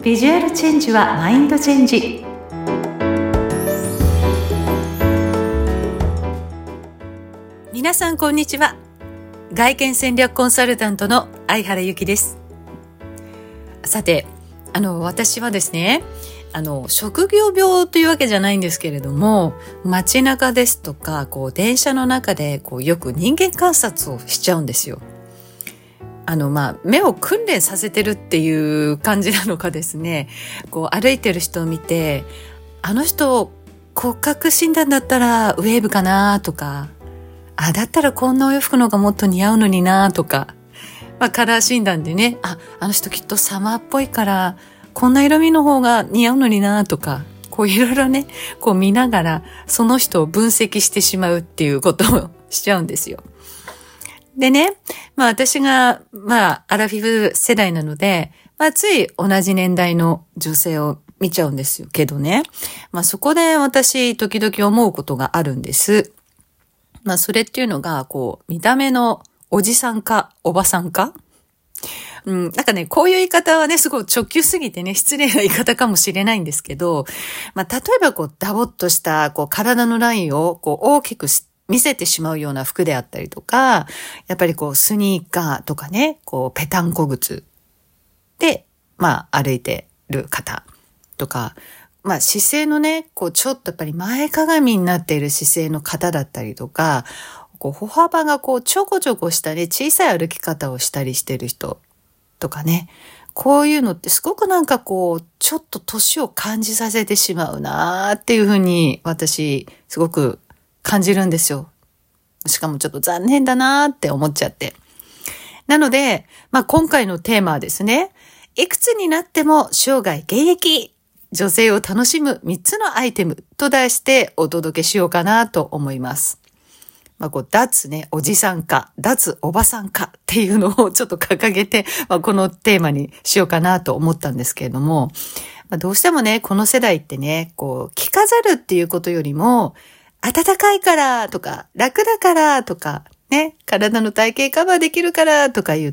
ビジュアルチェンジはマインドチェンジ。皆さんこんにちは。外見戦略コンサルタントの相原由紀です。さて、私はですね、職業病というわけじゃないんですけれども、街中ですとか、電車の中でよく人間観察をしちゃうんですよ。目を訓練させてるっていう感じなのかですね、歩いてる人を見て、あの人骨格診断だったらウェーブかなとか、だったらこんなお洋服の方がもっと似合うのになとか、カラー診断でね、あの人きっとサマーっぽいからこんな色味の方が似合うのになとか、いろいろね、見ながらその人を分析してしまうっていうことをしちゃうんですよ。でね、私が、アラフィフ世代なので、つい同じ年代の女性を見ちゃうんですよけどね。そこで私、時々思うことがあるんです。それっていうのが、見た目のおじさんか、おばさんか、なんかね、こういう言い方はね、すごい直球すぎてね、失礼な言い方かもしれないんですけど、例えばダボっとした、体のラインを、大きく見せてしまうような服であったりとか、やっぱりスニーカーとかね、ペタンコ靴で、歩いてる方とか、姿勢のね、ちょっとやっぱり前かがみになっている姿勢の方だったりとか、歩幅がちょこちょこしたね、小さい歩き方をしたりしてる人とかね、こういうのってすごくなんかちょっと年を感じさせてしまうなーっていうふうに私すごく感じるんですよ。しかもちょっと残念だなーって思っちゃって。なので、今回のテーマはですね、いくつになっても生涯現役、女性を楽しむ3つのアイテムと題してお届けしようかなと思います。脱ね、おじさんか、脱おばさんかっていうのをちょっと掲げて、このテーマにしようかなと思ったんですけれども、どうしてもね、この世代ってね、着飾るっていうことよりも、暖かいからとか、楽だからとか、ね、体の体型カバーできるからとか言って、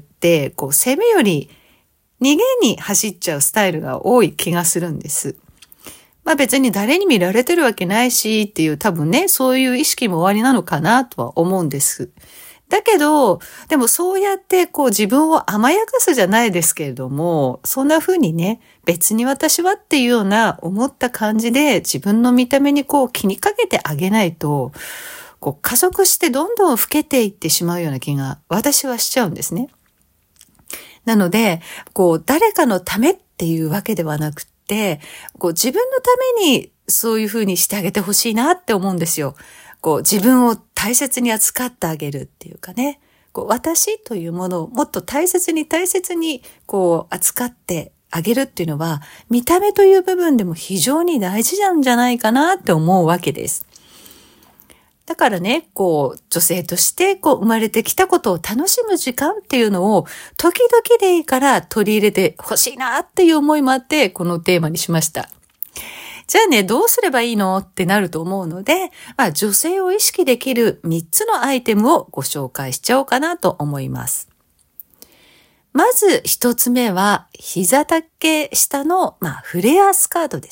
攻めより逃げに走っちゃうスタイルが多い気がするんです。別に誰に見られてるわけないしっていう多分ね、そういう意識も終わりなのかなとは思うんです。だけど、でもそうやって自分を甘やかすじゃないですけれども、そんな風にね、別に私はっていうような思った感じで自分の見た目に気にかけてあげないと、加速してどんどん老けていってしまうような気が私はしちゃうんですね。なので、誰かのためっていうわけではなくて、自分のためにそういう風にしてあげてほしいなって思うんですよ。自分を大切に扱ってあげるっていうかね。私というものをもっと大切に扱ってあげるっていうのは、見た目という部分でも非常に大事なんじゃないかなって思うわけです。だからね、女性として生まれてきたことを楽しむ時間っていうのを時々でいいから取り入れてほしいなっていう思いもあってこのテーマにしました。じゃあね、どうすればいいのってなると思うので、女性を意識できる3つのアイテムをご紹介しちゃおうかなと思います。まず1つ目は膝丈下のフレアスカートです。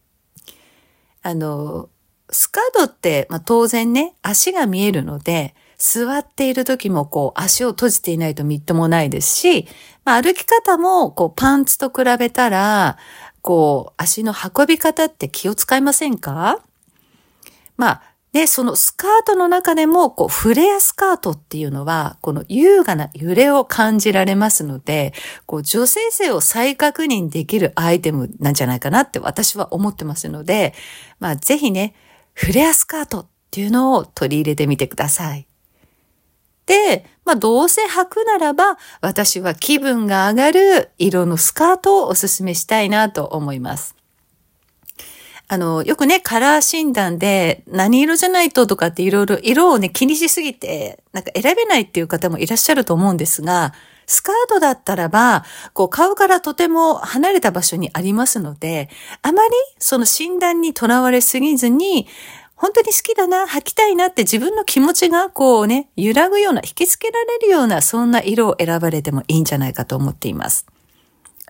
スカートって、当然ね、足が見えるので、座っている時も足を閉じていないとみっともないですし、歩き方もパンツと比べたら、足の運び方って気を使いませんか？そのスカートの中でも、フレアスカートっていうのは、この優雅な揺れを感じられますので、女性性を再確認できるアイテムなんじゃないかなって私は思ってますので、ぜひね、フレアスカートっていうのを取り入れてみてください。で、どうせ履くならば、私は気分が上がる色のスカートをおすすめしたいなと思います。よくね、カラー診断で何色じゃないととかっていろいろ色をね、気にしすぎて、選べないっていう方もいらっしゃると思うんですが、スカートだったらば、顔からとても離れた場所にありますので、あまりその診断にとらわれすぎずに、本当に好きだな、履きたいなって自分の気持ちが揺らぐような、引きつけられるような、そんな色を選ばれてもいいんじゃないかと思っています。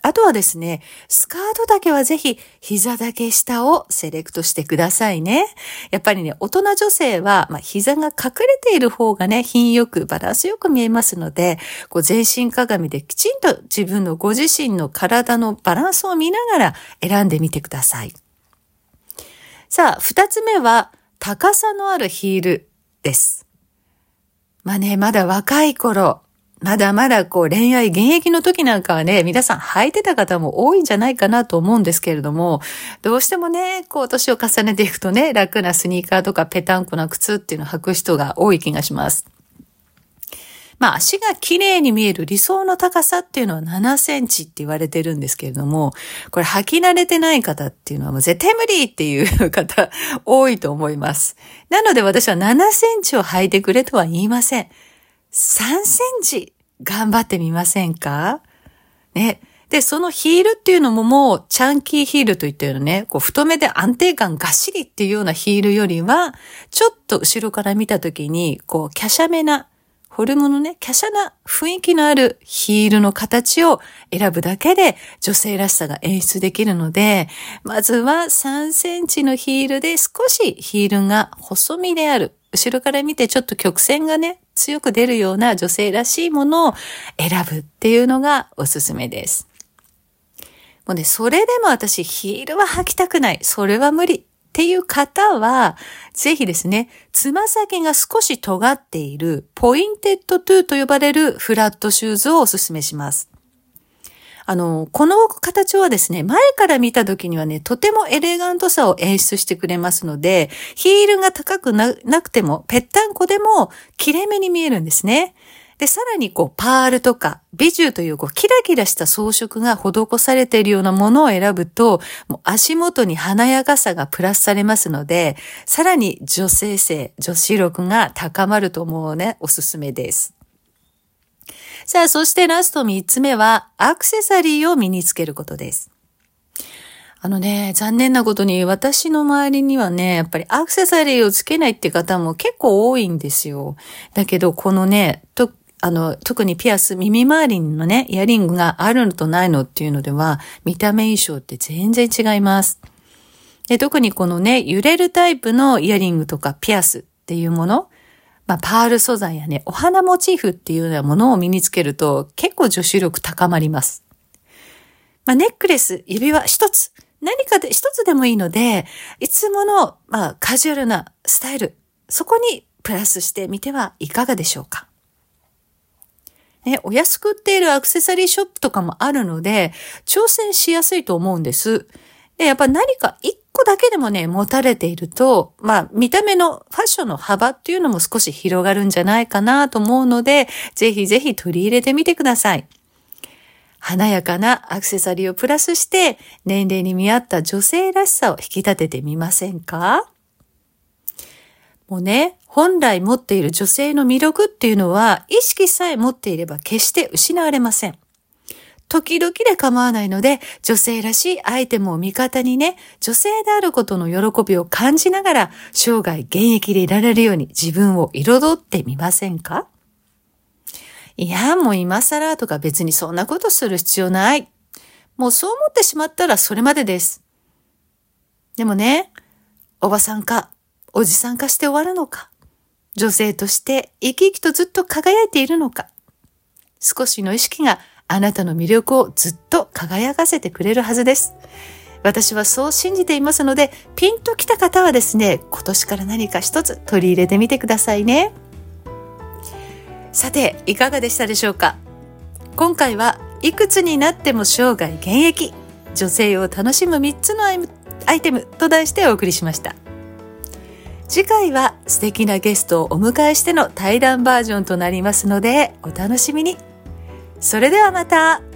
あとはですね、スカートだけはぜひ膝だけ下をセレクトしてくださいね。やっぱりね、大人女性は、膝が隠れている方がね、品よくバランスよく見えますので、全身鏡できちんと自分のご自身の体のバランスを見ながら選んでみてください。さあ、2つ目は高さのあるヒールです。まだ若い頃、まだまだ恋愛現役の時なんかはね、皆さん履いてた方も多いんじゃないかなと思うんですけれども、どうしてもね、年を重ねていくとね、楽なスニーカーとかペタンコな靴っていうのを履く人が多い気がします。足が綺麗に見える理想の高さっていうのは7センチって言われてるんですけれども、これ履き慣れてない方っていうのはもう絶対無理っていう方多いと思います。なので私は7センチを履いてくれとは言いません。3センチ頑張ってみませんかね。で、そのヒールっていうのももうチャンキーヒールといったようなね、太めで安定感がっしりっていうようなヒールよりは、ちょっと後ろから見たときに、華奢めな、フォルムのね、華奢な雰囲気のあるヒールの形を選ぶだけで女性らしさが演出できるので、まずは3センチのヒールで少しヒールが細身である。後ろから見てちょっと曲線がね、強く出るような女性らしいものを選ぶっていうのがおすすめです。もうね、それでも私ヒールは履きたくない。それは無理。っていう方は、ぜひですね、つま先が少し尖っているポインテッドトゥーと呼ばれるフラットシューズをおすすめします。この形はですね、前から見た時にはね、とてもエレガントさを演出してくれますので、ヒールが高くなくても、ぺったんこでも、綺麗めに見えるんですね。で、さらにパールとかビジュというキラキラした装飾が施されているようなものを選ぶと、もう足元に華やかさがプラスされますので、さらに女性性、女子力が高まると思うね、おすすめです。さあ、そしてラスト3つ目は、アクセサリーを身につけることです。残念なことに私の周りにはね、やっぱりアクセサリーをつけないって方も結構多いんですよ。だけど、このね、特にピアス、耳周りのね、イヤリングがあるのとないのっていうのでは、見た目印象って全然違います。で、特にこのね、揺れるタイプのイヤリングとかピアスっていうもの、パール素材やね、お花モチーフっていうようなものを身につけると結構女子力高まります。ネックレス、指輪一つ、何かで一つでもいいので、いつもの、カジュアルなスタイル、そこにプラスしてみてはいかがでしょうか。ね、お安く売っているアクセサリーショップとかもあるので、挑戦しやすいと思うんです。で、やっぱ何か一個だけでもね、持たれていると、見た目のファッションの幅っていうのも少し広がるんじゃないかなと思うので、ぜひぜひ取り入れてみてください。華やかなアクセサリーをプラスして、年齢に見合った女性らしさを引き立ててみませんか？もうね、本来持っている女性の魅力っていうのは、意識さえ持っていれば決して失われません。時々で構わないので、女性らしいアイテムを味方にね、女性であることの喜びを感じながら、生涯現役でいられるように自分を彩ってみませんか？いや、もう今更とか別にそんなことする必要ない。もうそう思ってしまったらそれまでです。でもね、おばさんか、おじさんかして終わるのか、女性として生き生きとずっと輝いているのか、少しの意識があなたの魅力をずっと輝かせてくれるはずです。私はそう信じていますので、ピンときた方はですね、今年から何か一つ取り入れてみてくださいね。さて、いかがでしたでしょうか？今回はいくつになっても生涯現役、女性を楽しむ3つのアイテムと題してお送りしました。次回は素敵なゲストをお迎えしての対談バージョンとなりますので、お楽しみに。それではまた。